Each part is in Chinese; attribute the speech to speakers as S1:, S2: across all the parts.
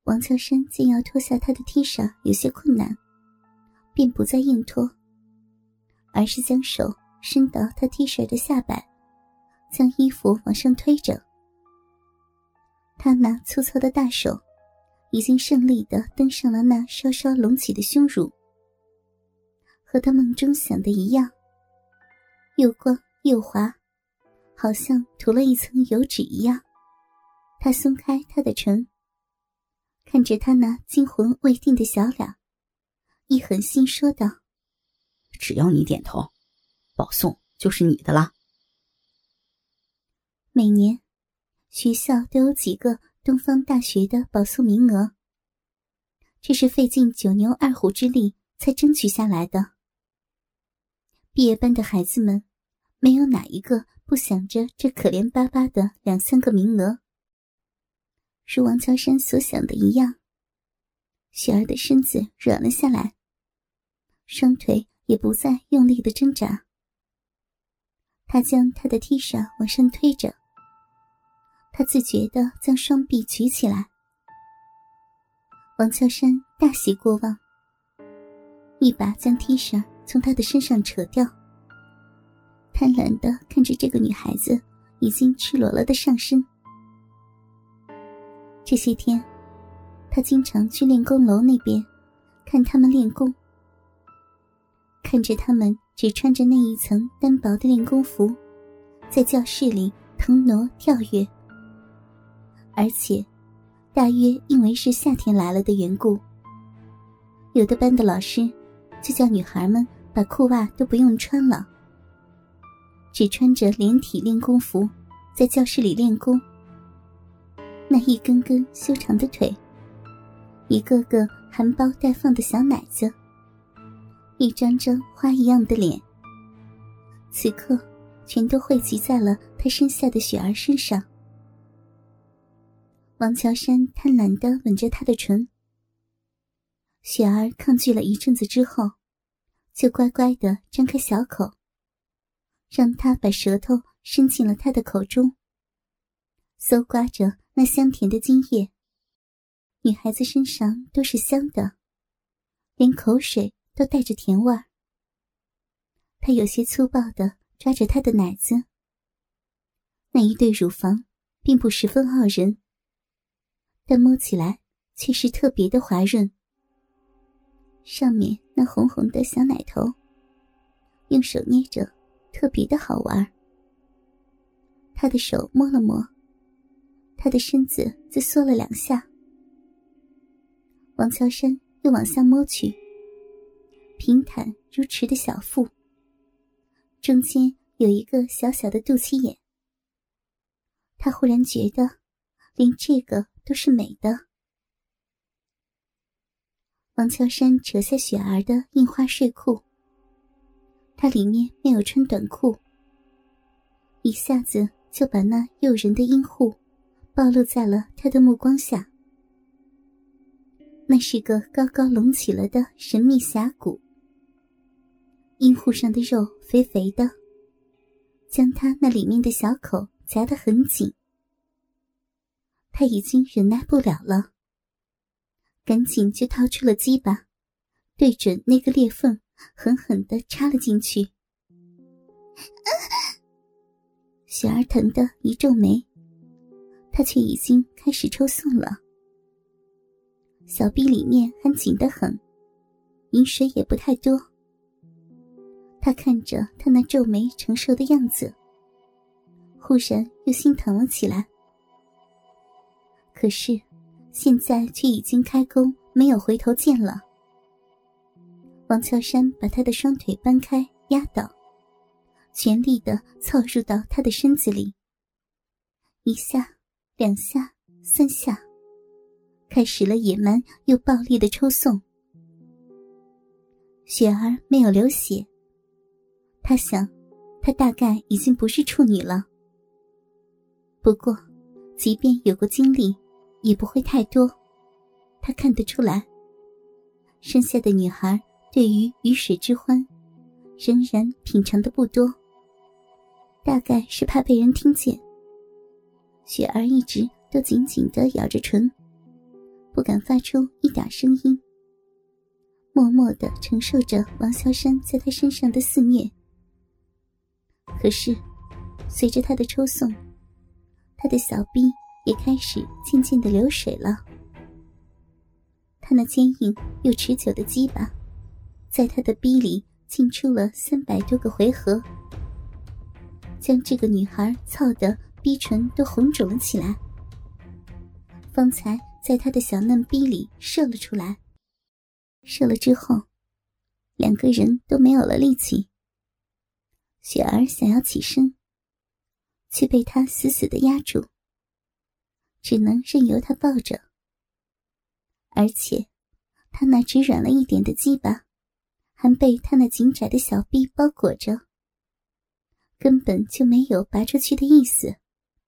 S1: 王乔山见要脱下他的 T 恤有些困难，便不再硬脱，而是将手伸到他 T 恤的下摆，将衣服往上推着。他那粗糙的大手已经顺利地登上了那稍稍隆起的胸乳，和他梦中想的一样，又光又滑，好像涂了一层油脂一样。他松开他的唇，看着他那惊魂未定的小脸，一狠心说道：
S2: 只要你点头，保送就是你的啦。
S1: 每年学校都有几个东方大学的保送名额，这是费尽九牛二虎之力才争取下来的。毕业班的孩子们没有哪一个不想着这可怜巴巴的2-3个名额。如王乔山所想的一样，雪儿的身子软了下来，双腿也不再用力地挣扎。他将他的 T 恤往上推着，他自觉地将双臂举起来。王乔山大喜过望，一把将 T 恤从他的身上扯掉，贪婪地看着这个女孩子已经赤裸了的上身。这些天他经常去练功楼那边看他们练功，看着他们只穿着那一层单薄的练功服在教室里腾挪跳跃，而且大约因为是夏天来了的缘故，有的班的老师就叫女孩们把裤袜都不用穿了，只穿着连体练功服在教室里练功。那一根根修长的腿，一个个含苞待放的小奶子，一张张花一样的脸，此刻全都汇集在了他身下的雪儿身上。王乔山贪婪地吻着她的唇，雪儿抗拒了一阵子之后，就乖乖地张开小口，让他把舌头伸进了他的口中，搜刮着那香甜的精液。女孩子身上都是香的，连口水都带着甜味儿。他有些粗暴地抓着她的奶子，那一对乳房并不十分傲人，但摸起来却是特别的滑润。上面那红红的小奶头，用手捏着特别的好玩。他的手摸了摸，他的身子就缩了2下。王乔山又往下摸去，平坦如池的小腹，中间有一个小小的肚脐眼。他忽然觉得连这个都是美的。王乔山扯下雪儿的印花睡裤，她里面没有穿短裤，一下子就把那诱人的阴户暴露在了他的目光下。那是个高高隆起了的神秘峡谷，阴户上的肉肥肥的，将他那里面的小口夹得很紧。他已经忍耐不了了，赶紧就掏出了鸡巴，对准那个裂缝狠狠地插了进去。雪儿疼得一皱眉，她却已经开始抽送了。小臂里面还紧得很，饮水也不太多。她看着她那皱眉承受的样子，忽然又心疼了起来。可是现在却已经开弓，没有回头箭了。王乔山把他的双腿搬开压倒，全力地凑入到他的身子里，1下2下3下，开始了野蛮又暴力的抽送。雪儿没有流血，他想她大概已经不是处女了。不过即便有过经历也不会太多，他看得出来，生下的女孩对于鱼水之欢仍然品尝的不多，大概是怕被人听见。雪儿一直都紧紧地咬着唇， 不敢发出一点声音，默默地承受着王萧山在他身上的肆虐。可是随着他的抽送，他的小臂也开始渐渐地流水了。他那坚硬又持久的鸡巴在他的逼里进出了300多个回合，将这个女孩操得逼唇都红肿了起来，方才在他的小嫩逼里射了出来。射了之后，两个人都没有了力气。雪儿想要起身，却被他死死地压住，只能任由他抱着。而且他那只软了一点的鸡巴还被他那紧窄的小臂包裹着，根本就没有拔出去的意思。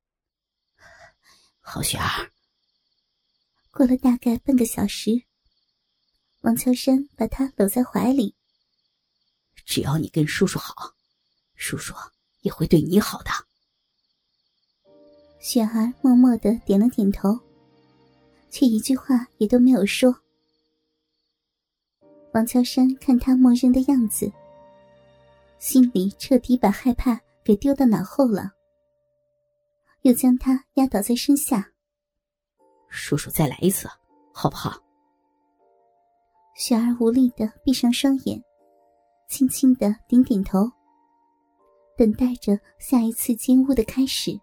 S2: 好雪儿。
S1: 过了大概半个小时，王乔山把他搂在怀里。
S2: 只要你跟叔叔好，叔叔也会对你好的。
S1: 雪儿默默地点了点头，却一句话也都没有说。王乔山看他默认的样子，心里彻底把害怕给丢到脑后了，又将他压倒在身下。
S2: 叔叔再来一次，好不好？
S1: 雪儿无力地闭上双眼，轻轻地点点头，等待着下一次奸污的开始。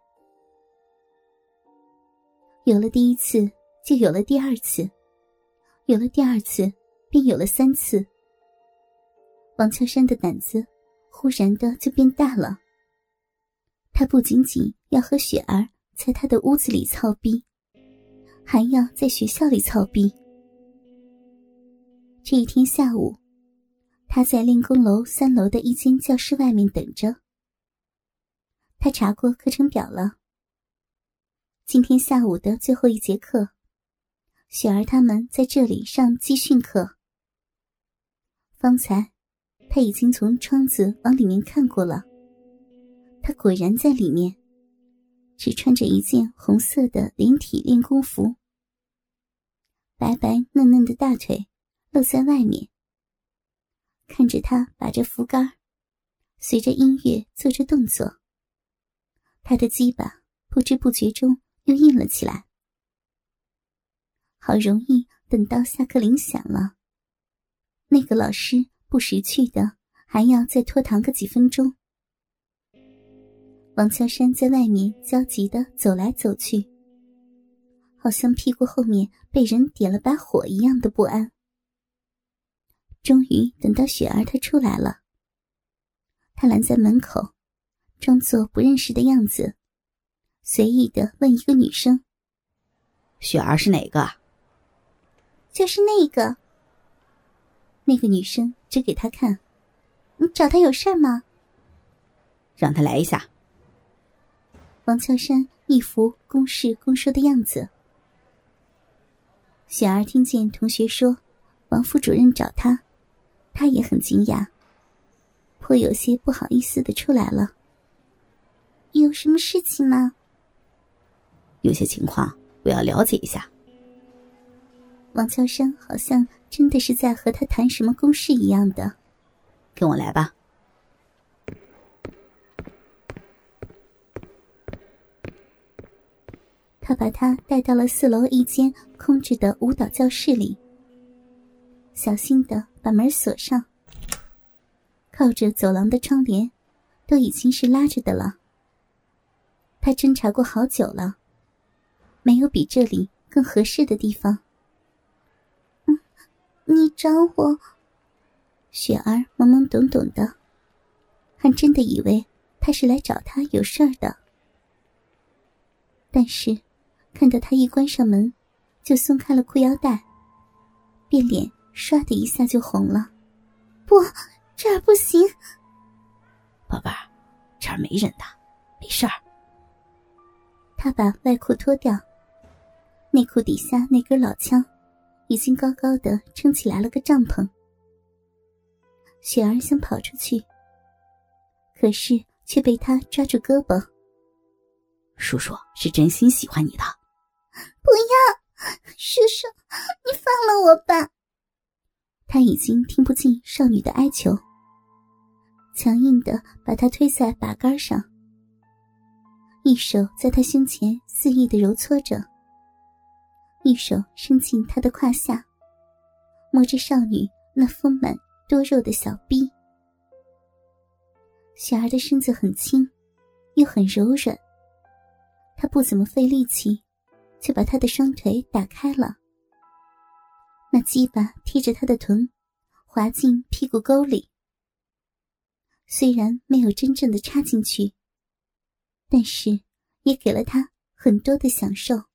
S1: 有了第一次，就有了第二次，有了第二次，便有了3次。王乔山的胆子忽然的就变大了，他不仅仅要和雪儿在他的屋子里操逼，还要在学校里操逼。这一天下午，他在练功楼3楼的一间教室外面等着。他查过课程表了，今天下午的最后一节课，雪儿他们在这里上集训课。方才他已经从窗子往里面看过了，他果然在里面，只穿着一件红色的连体练功服，白白嫩嫩的大腿露在外面。看着他把着扶杆，随着音乐做着动作，他的鸡巴不知不觉中又硬了起来。好容易等到下课铃响了，那个老师不识趣的还要再拖堂个几分钟。王乔山在外面焦急地走来走去，好像屁股后面被人点了把火一样的不安。终于等到雪儿她出来了，她拦在门口，装作不认识的样子，随意地问一个女生：
S2: 雪儿是哪个？
S1: 就是那个。那个女生指给他看：你找他有事吗？
S2: 让他来一下。
S1: 王乔山一副公事公说的样子。雪儿听见同学说王副主任找他，他也很惊讶，颇有些不好意思的出来了。有什么事情吗？
S2: 有些情况我要了解一下。
S1: 王乔山好像真的是在和他谈什么公事一样的。
S2: 跟我来吧。
S1: 他把他带到了4楼一间空置的舞蹈教室里，小心地把门锁上。靠着走廊的窗帘都已经是拉着的了。他侦查过好久了，没有比这里更合适的地方。你找我？雪儿懵懵懂懂的，还真的以为他是来找他有事儿的。但是看到他一关上门就松开了裤腰带，变脸唰的一下就红了。不，这儿不行。
S2: 宝贝儿，这儿没人的，没事儿。
S1: 他把外裤脱掉，内裤底下那根老枪已经高高的撑起来了个帐篷。雪儿想跑出去，可是却被他抓住胳膊。
S2: 叔叔是真心喜欢你的。
S1: 不要！ 叔叔，你放了我吧。他已经听不进少女的哀求，强硬地把她推在把杆上，一手在她胸前肆意地揉搓着，一手伸进她的胯下，摸着少女那丰满多肉的小臂。雪儿的身子很轻，又很柔软，她不怎么费力气，就把她的双腿打开了。那鸡巴贴着她的臀，滑进屁股沟里。虽然没有真正的插进去，但是也给了她很多的享受。